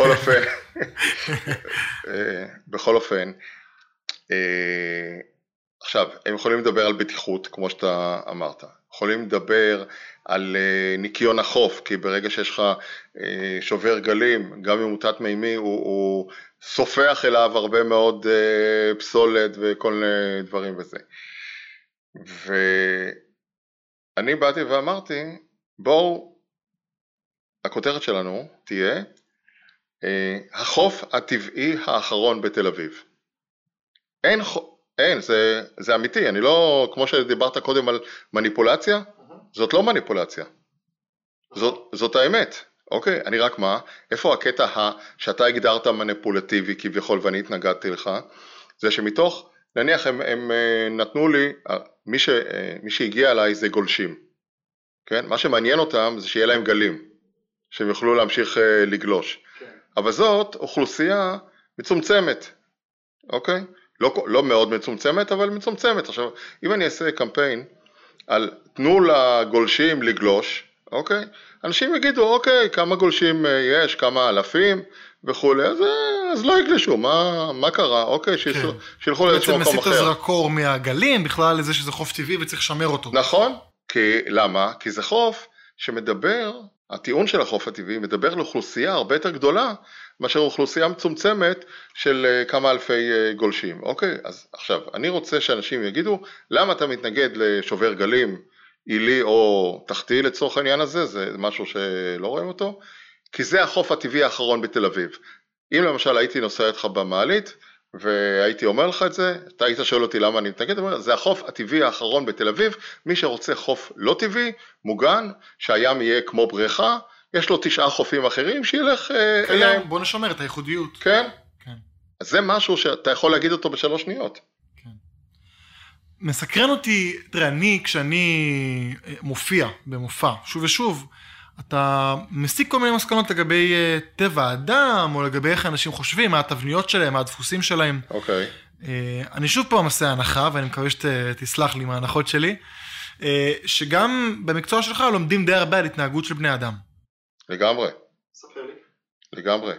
בכל אופן, עכשיו, הם יכולים לדבר על בטיחות, כמו שאתה אמרת, יכולים לדבר על ניקיון החוף, כי ברגע שיש לך שובר גלים, גם אם הוא תת מימי, הוא סופח אליו הרבה מאוד פסולת וכל מיני דברים וזה. ואני באתי ואמרתי, בואו, הכותרת שלנו תהיה, החוף הטבעי האחרון בתל אביב. אין, זה אמיתי, אני לא, כמו שדיברת קודם על מניפולציה, זאת לא מניפולציה, זאת האמת, אוקיי? אני רק מה, איפה הקטע שאתה הגדרת מניפולטיבי כביכול ואני התנגדתי לך, זה שמתוך, נניח הם נתנו לי, מי שהגיע אליי זה גולשים, כן? מה שמעניין אותם זה שיהיה להם גלים, שהם יוכלו להמשיך לגלוש, אבל זאת אוכלוסייה מצומצמת, אוקיי? לא מאוד מצומצמת, אבל מצומצמת. עכשיו, אם אני אעשה קמפיין על תנו לגולשים לגלוש, אוקיי? אנשים יגידו, אוקיי, כמה גולשים יש, כמה אלפים וכו', אז לא יגלשו, מה קרה? אוקיי, שילכו לאיזשהו מקום אחר.
בעצם מסית הזרקור מהגלים, בכלל לזה שזה חוף טבעי וצריך לשמר אותו.
נכון, למה? כי זה חוף שמדבר, הטיעון של החוף הטבעי מדבר לאוכלוסייה הרבה יותר גדולה, מאשר אוכלוסייה מצומצמת של כמה אלפי גולשים. אוקיי, אז עכשיו, אני רוצה שאנשים יגידו, למה אתה מתנגד לשובר גלים, עילי או תחתי לצורך העניין הזה, זה משהו שלא רואים אותו, כי זה החוף הטבעי האחרון בתל אביב. אם למשל הייתי נוסע איתך במעלית, והייתי אומר לך את זה, אתה היית שואל אותי למה אני מתנגד, זה החוף הטבעי האחרון בתל אביב, מי שרוצה חוף לא טבעי, מוגן, שהים יהיה כמו בריכה, יש לו 9 חופים אחרים שילך אליהם.
בוא נשמר את הייחודיות.
כן? כן. אז זה משהו שאתה יכול להגיד אותו ב3 שניות.
כן. מסקרן אותי, תראה, כשאני מופיע במופע, שוב ושוב, אתה מסיק כל מיני מסקנות לגבי טבע האדם, או לגבי איך אנשים חושבים, מה התבניות שלהם, מה הדפוסים שלהם.
אוקיי.
אני שוב פעם עושה הנחה, ואני מקווה שתסלח לי מההנחות שלי, שגם במקצוע שלך לומדים די הרבה על התנהגות של בני אדם.
לגמרי.
ספר לי.
לגמרי.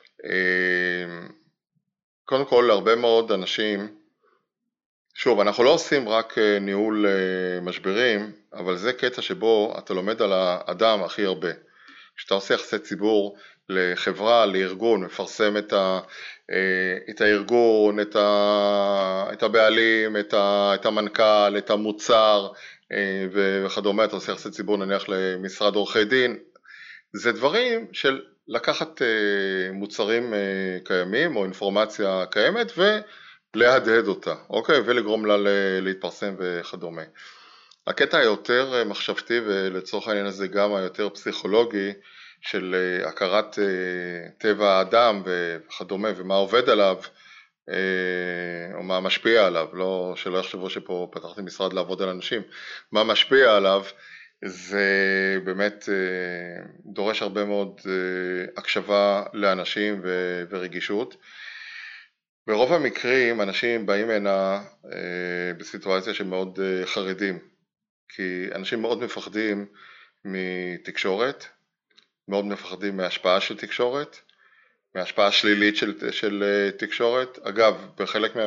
קודם כל, הרבה מאוד אנשים, שוב, אנחנו לא עושים רק ניהול משברים, אבל זה קטע שבו אתה לומד על האדם הכי הרבה. כשאתה עושה יחסי ציבור לחברה, לארגון, מפרסם את הארגון, את הבעלים, את המנכ"ל, את המוצר וכדומה, אתה עושה יחסי ציבור נניח למשרד עורכי דין, זה דברים של לקחת מוצרים קיימים או אינפורמציה קיימת ולהדהד אותה, אוקיי? ולגרום לה להתפרסם וכדומה. הקטע היותר מחשבתי ולצורך העניין הזה גם היותר פסיכולוגי של הכרת טבע האדם וכדומה ומה עובד עליו או מה משפיע עליו, שלא יחשבו שפה פתחתי משרד לעבוד על אנשים, מה משפיע עליו, זה באמת דורש הרבה מאוד הקשבה לאנשים ורגישות. ברוב המקרים אנשים באים הנה בסיטואציה שמאוד חרדים, כי אנשים מאוד מפחדים מתקשורת, מאוד מפחדים מהשפעה של תקשורת, מהשפעה שלילית של תקשורת. אגב, בחלק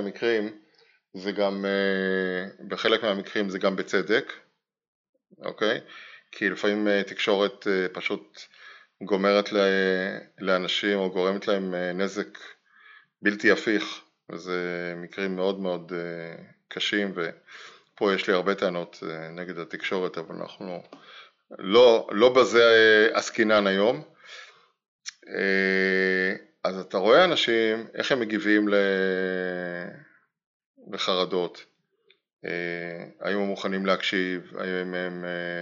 מהמקרים זה גם בצדק, אוקיי? כי לפעמים תקשורת פשוט גומרת לאנשים או גורמת להם נזק בלתי הפיך, וזה מקרים מאוד מאוד קשים, ופה יש לי הרבה טענות נגד התקשורת, אבל אנחנו לא בזה עסקינן היום. אז אתה רואה אנשים, איך הם מגיבים לחרדות, האם הם מוכנים להקשיב, האם הם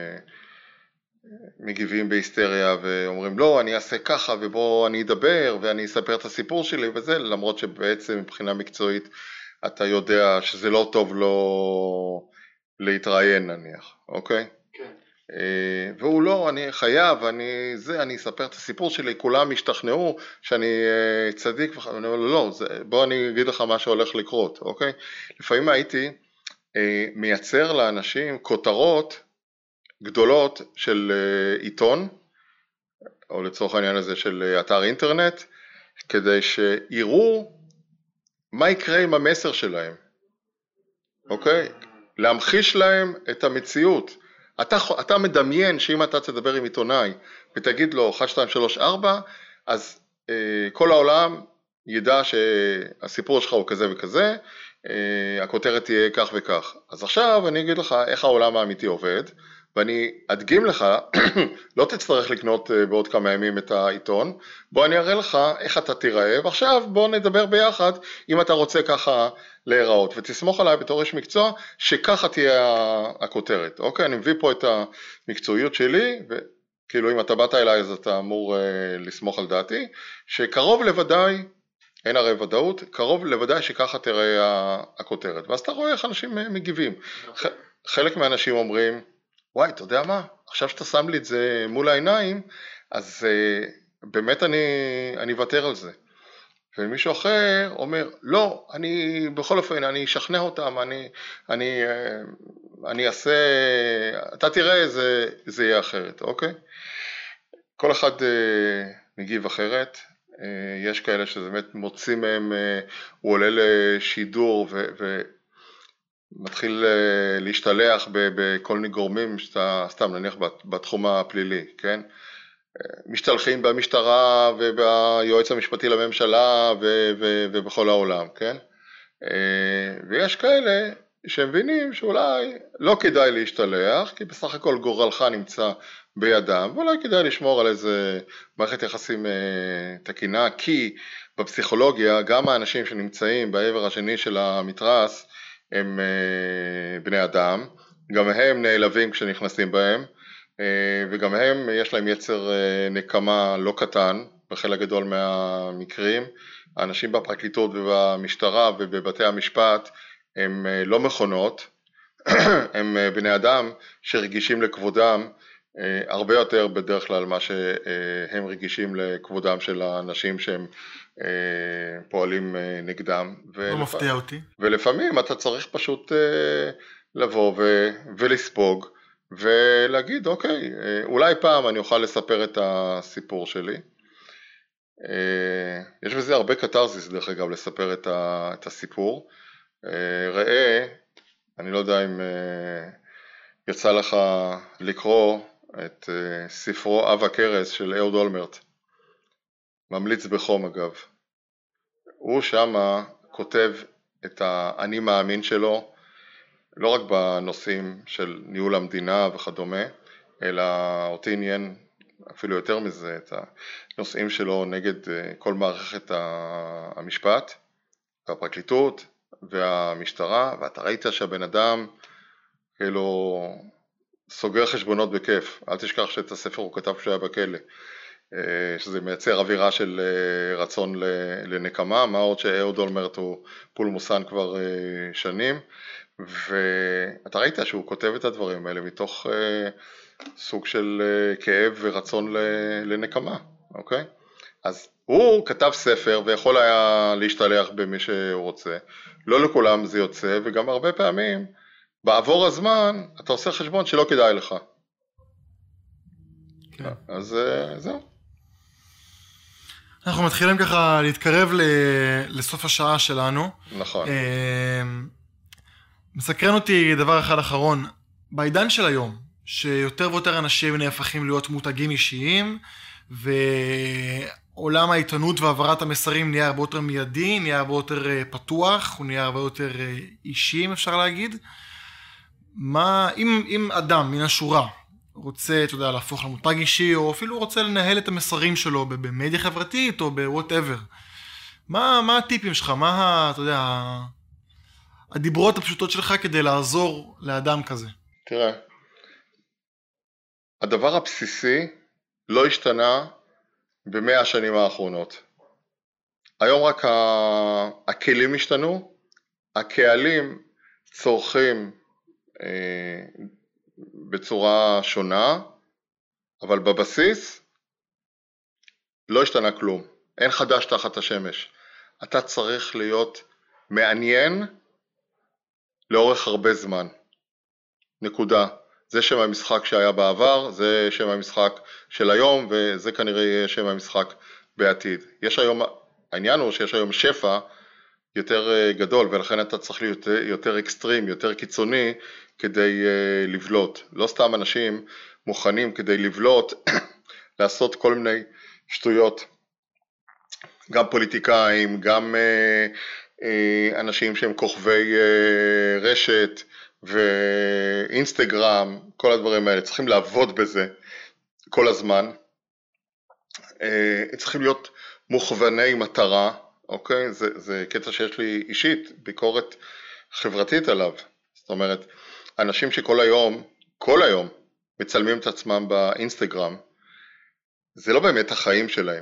מגיבים בהיסטריה ואומרים לא אני אעשה ככה ובוא אני אדבר ואני אספר את הסיפור שלי וזה, למרות שבעצם מבחינה מקצועית אתה יודע שזה לא טוב לו להתראיין נניח, אוקיי?
כן.
והוא לא, אני חייב, אני אספר את הסיפור שלי, כולם ישתכנעו שאני צדיק, ואני אומר לו לא, בוא אני אגיד לך מה שהולך לקרות, אוקיי? לפעמים הייתי מייצר לאנשים כותרות גדולות של עיתון, או לצורך העניין הזה של אתר אינטרנט, כדי שיראו מה יקרה עם המסר שלהם. אוקיי? להמחיש להם את המציאות. אתה מדמיין שאם אתה תדבר עם עיתונאי ותגיד לו 1, 2, 3, 4, אז כל העולם ידע שהסיפור שלך הוא כזה וכזה, הכותרת תהיה כך וכך. אז עכשיו אני אגיד לך איך העולם האמיתי עובד, ואני אדגים לך, לא תצטרך לקנות בעוד כמה ימים את העיתון, בוא אני אראה לך איך אתה תיראה, ועכשיו בוא נדבר ביחד אם אתה רוצה ככה להיראות, ותסמוך עליי בתור איש מקצוע שככה תהיה הכותרת. אוקיי, אני מביא פה את המקצועיות שלי, וכאילו אם אתה באת אליי אז אתה אמור לסמוך על דעתי, שקרוב לוודאי, אין הרי ודאות, קרוב לוודאי שככה תראה הכותרת, ואז אתה רואה איך אנשים מגיבים. חלק מהאנשים אומרים, וואי, אתה יודע מה? עכשיו שאתה שם לי את זה מול העיניים, אז באמת אני אוותר על זה. ומישהו אחר אומר, לא, אני בכל אופן, אני אשכנע אותם, אני אעשה, אתה תראה, זה יהיה אחרת, אוקיי? כל אחד מגיב אחרת, יש כאלה שזה באמת מוצאים מהם, הוא עולה לשידור ומתחיל להשתלח בכל מיני גורמים שאתה סתם נניח בתחום הפלילי, כן? משתלחים במשטרה וביועץ המשפטי לממשלה ובכל העולם, כן? ויש כאלה שמבינים שאולי לא כדאי להשתלח, כי בסך הכל גורלך נמצא בידם, ואולי כדאי לשמור על איזה מערכת יחסים תקינה, כי בפסיכולוגיה גם האנשים שנמצאים בעבר השני של המתרס הם בני אדם, גם הם נעלבים כשנכנסים בהם, וגם הם יש להם יצר נקמה לא קטן בחלק גדול מהמקרים. האנשים בפרקליטות ובמשטרה ובבתי המשפט הם לא מכונות, הם בני אדם שרגישים לכבודם הרבה יותר בדרך כלל מה שהם רגישים לכבודם של האנשים שהם פועלים נגדם.
לא מפתיע אותי.
ולפעמים אתה צריך פשוט לבוא ולספוג ולהגיד, אוקיי, אולי פעם אני אוכל לספר את הסיפור שלי. יש בזה הרבה קטרזיס דרך אגב לספר את הסיפור. ראה, אני לא יודע אם יצא לך לקרוא את ספרו אב הכרס של אהוד אולמרט. ממליץ בחום אגב. הוא שמה כותב את האני מאמין שלו, לא רק בנושאים של ניהול המדינה וכדומה, אלא אותי עניין אפילו יותר מזה, את הנושאים שלו נגד כל מערכת המשפט, והפרקליטות והמשטרה, ואתה ראית שהבן אדם כאילו סוגר חשבונות בכיף. אל תשכח שאת הספר הוא כתב כשהיה בכלא, שזה מייצר אווירה של רצון לנקמה, מה עוד שאהוד אולמרט הוא פולמוסן כבר שנים, ואתה ראית שהוא כותב את הדברים האלה מתוך סוג של כאב ורצון לנקמה, אוקיי? אז הוא כתב ספר ויכול היה להשתלח במי שהוא רוצה, לא לכולם זה יוצא, וגם הרבה פעמים בעבור הזמן אתה עושה חשבון שלא כדאי לך. כן. אז זהו.
אנחנו מתחילים ככה להתקרב לסוף השעה שלנו.
נכון.
מסקרן אותי דבר אחד אחרון, בעידן של היום, שיותר ויותר אנשים נהפכים להיות מותגים אישיים, ועולם העיתונות והעברת המסרים נהיה הרבה יותר מיידי, נהיה הרבה יותר פתוח, הוא נהיה הרבה יותר אישי, אם אפשר להגיד. אם אדם מן השורה רוצה, אתה יודע, להפוך למותג אישי, או אפילו רוצה לנהל את המסרים שלו במדיה חברתית או ב-whatever, מה הטיפים שלך? מה, אתה יודע, הדיברות הפשוטות שלך כדי לעזור לאדם כזה?
תראה, הדבר הבסיסי לא השתנה ב100 השנים האחרונות. היום רק הכלים השתנו, הקהלים צורכים בצורה שונה, אבל בבסיס לא השתנה כלום. אין חדש תחת השמש. אתה צריך להיות מעניין לאורך הרבה זמן. נקודה. זה שם המשחק שהיה בעבר, זה שם המשחק של היום, וזה כנראה יהיה שם המשחק בעתיד. העניין הוא שיש היום שפע יותר גדול, ולכן אתה צריך להיות יותר אקסטרים, יותר קיצוני, כדי לבלוט. לא סתם אנשים מוכנים כדי לבלוט, לעשות כל מיני שטויות, גם פוליטיקאים, גם אנשים שהם כוכבי רשת ואינסטגרם, כל הדברים האלה, צריכים לעבוד בזה כל הזמן, צריכים להיות מוכווני מטרה, אוקיי? זה קטע שיש לי אישית, ביקורת חברתית עליו. זאת אומרת, אנשים שכל היום מצלמים את עצמם באינסטגרם, זה לא באמת החיים שלהם,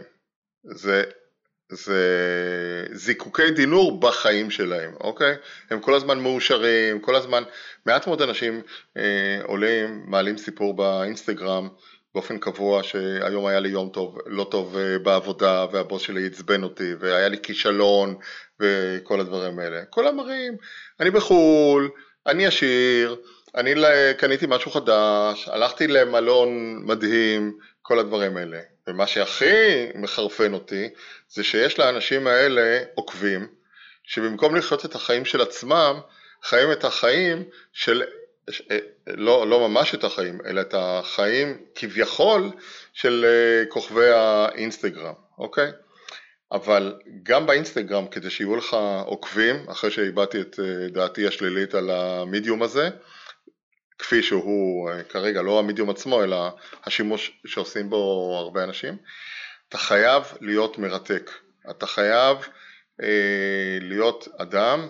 זה זיקוקי דינור בחיים שלהם, אוקיי? הם כל הזמן מאושרים, כל הזמן, מעט מאוד אנשים עולים, מעלים סיפור באינסטגרם, באופן קבוע שהיום היה לי יום טוב, לא טוב בעבודה, והבוס שלי עצבן אותי, והיה לי כישלון, וכל הדברים האלה. כל המראים, אני בחול, אני עשיר, אני קניתי משהו חדש, הלכתי למלון מדהים, כל הדברים האלה. ומה שהכי מחרפן אותי, זה שיש לאנשים האלה עוקבים, שבמקום לחיות את החיים של עצמם, חיים את החיים של, לא ממש את החיים, אלא את החיים כביכול של כוכבי האינסטגרם, אוקיי? אבל גם באינסטגרם, כדי שיהיו לך עוקבים, אחרי שהבאתי את דעתי השלילית על המדיום הזה, כפי שהוא כרגע, לא המדיום עצמו, אלא השימוש שעושים בו הרבה אנשים, אתה חייב להיות מרתק. אתה חייב להיות אדם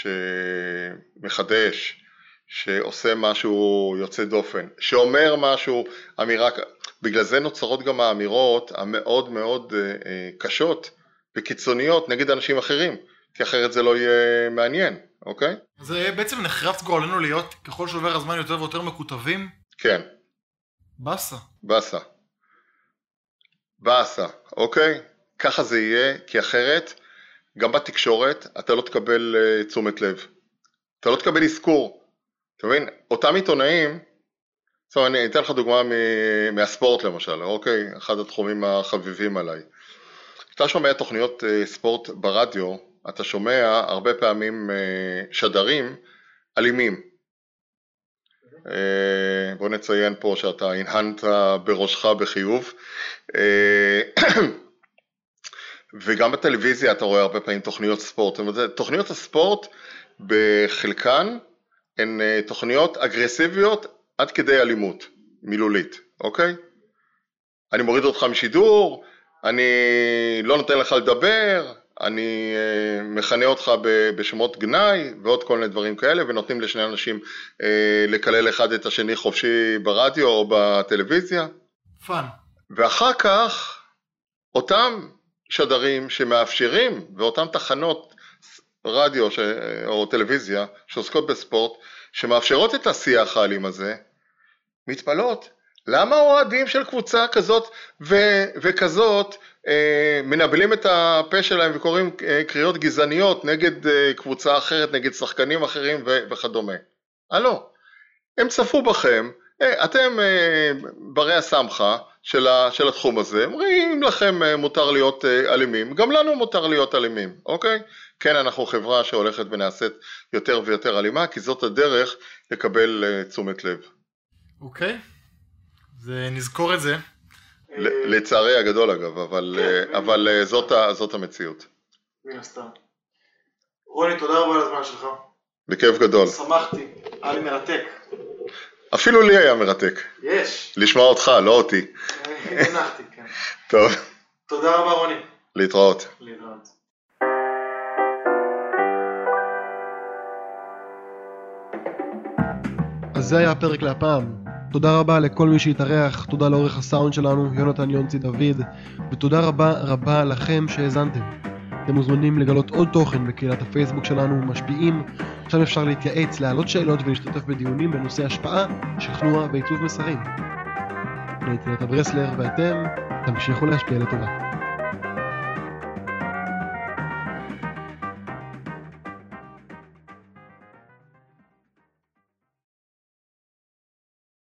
שמחדש, שעושה משהו יוצא דופן, שאומר משהו, אמירה, בגלל זה נוצרות גם האמירות המאוד מאוד קשות וקיצוניות נגד אנשים אחרים, כי אחרת זה לא יהיה מעניין, אוקיי?
זה בעצם נחרץ גורלנו להיות ככל שעובר הזמן יותר ויותר מקוטבים?
כן. באסה, אוקיי? ככה זה יהיה, כי אחרת, גם בתקשורת, אתה לא תקבל תשומת לב. אתה לא תקבל עסקור. אתה מבין? אותם עיתונאים, זאת אומרת, אני אתן לך דוגמה מהספורט למשל, אוקיי? אחד התחומים החביבים עליי. כשאתה שומע תוכניות ספורט ברדיו, אתה שומע הרבה פעמים שדרים אלימים. בוא נציין פה שאתה הנהנת בראשך בחיוב. וגם בטלוויזיה אתה רואה הרבה פעמים תוכניות ספורט. תוכניות הספורט בחלקן הן תוכניות אגרסיביות עד כדי אלימות מילולית, אוקיי? אני מוריד אותך משידור, אני לא נותן לך לדבר, אני מכנה אותך בשמות גנאי ועוד כל מיני דברים כאלה, ונותנים לשני אנשים לקלל אחד את השני חופשי ברדיו או בטלוויזיה.
פן.
ואחר כך אותם שדרים שמאפשרים, ואותן תחנות רדיו או טלוויזיה שעוסקות בספורט, שמאפשרות את השיח האלים הזה, מתפלאות. למה אוהדים של קבוצה כזאת וכזאת מנבלים את הפה שלהם וקוראים קריאות גזעניות נגד קבוצה אחרת, נגד שחקנים אחרים וכדומה? לא, הם צפו בכם, אתם ברי הסמכה של התחום הזה, אומרים לכם מותר להיות אלימים, גם לנו מותר להיות אלימים, אוקיי? כן, אנחנו חברה שהולכת ונעשית יותר ויותר אלימה, כי זאת הדרך לקבל תשומת לב.
אוקיי, נזכור את זה.
לצערי הגדול אגב, אבל זאת המציאות.
מן הסתם. רוני, תודה רבה על הזמן שלך.
בכיף גדול.
שמחתי, היה לי מרתק.
אפילו לי היה מרתק.
יש.
לשמוע אותך, לא אותי.
הנחתי, כן.
טוב.
תודה רבה רוני.
להתראות.
אז זה היה הפרק להפעם. תודה רבה לכל מי שהתארח, תודה לעורך הסאונד שלנו, יונתן יונצי דוד, ותודה רבה לכם שהאזנתם. אתם מוזמנים לגלות עוד תוכן בקהילת הפייסבוק שלנו, משפיעים, שם אפשר להתייעץ, להעלות שאלות ולהשתתף בדיונים בנושא השפעה, שכנוע ועיצוב מסרים. אני הייתי נתן ברסלר ואתם תמשיכו להשפיע לטובה.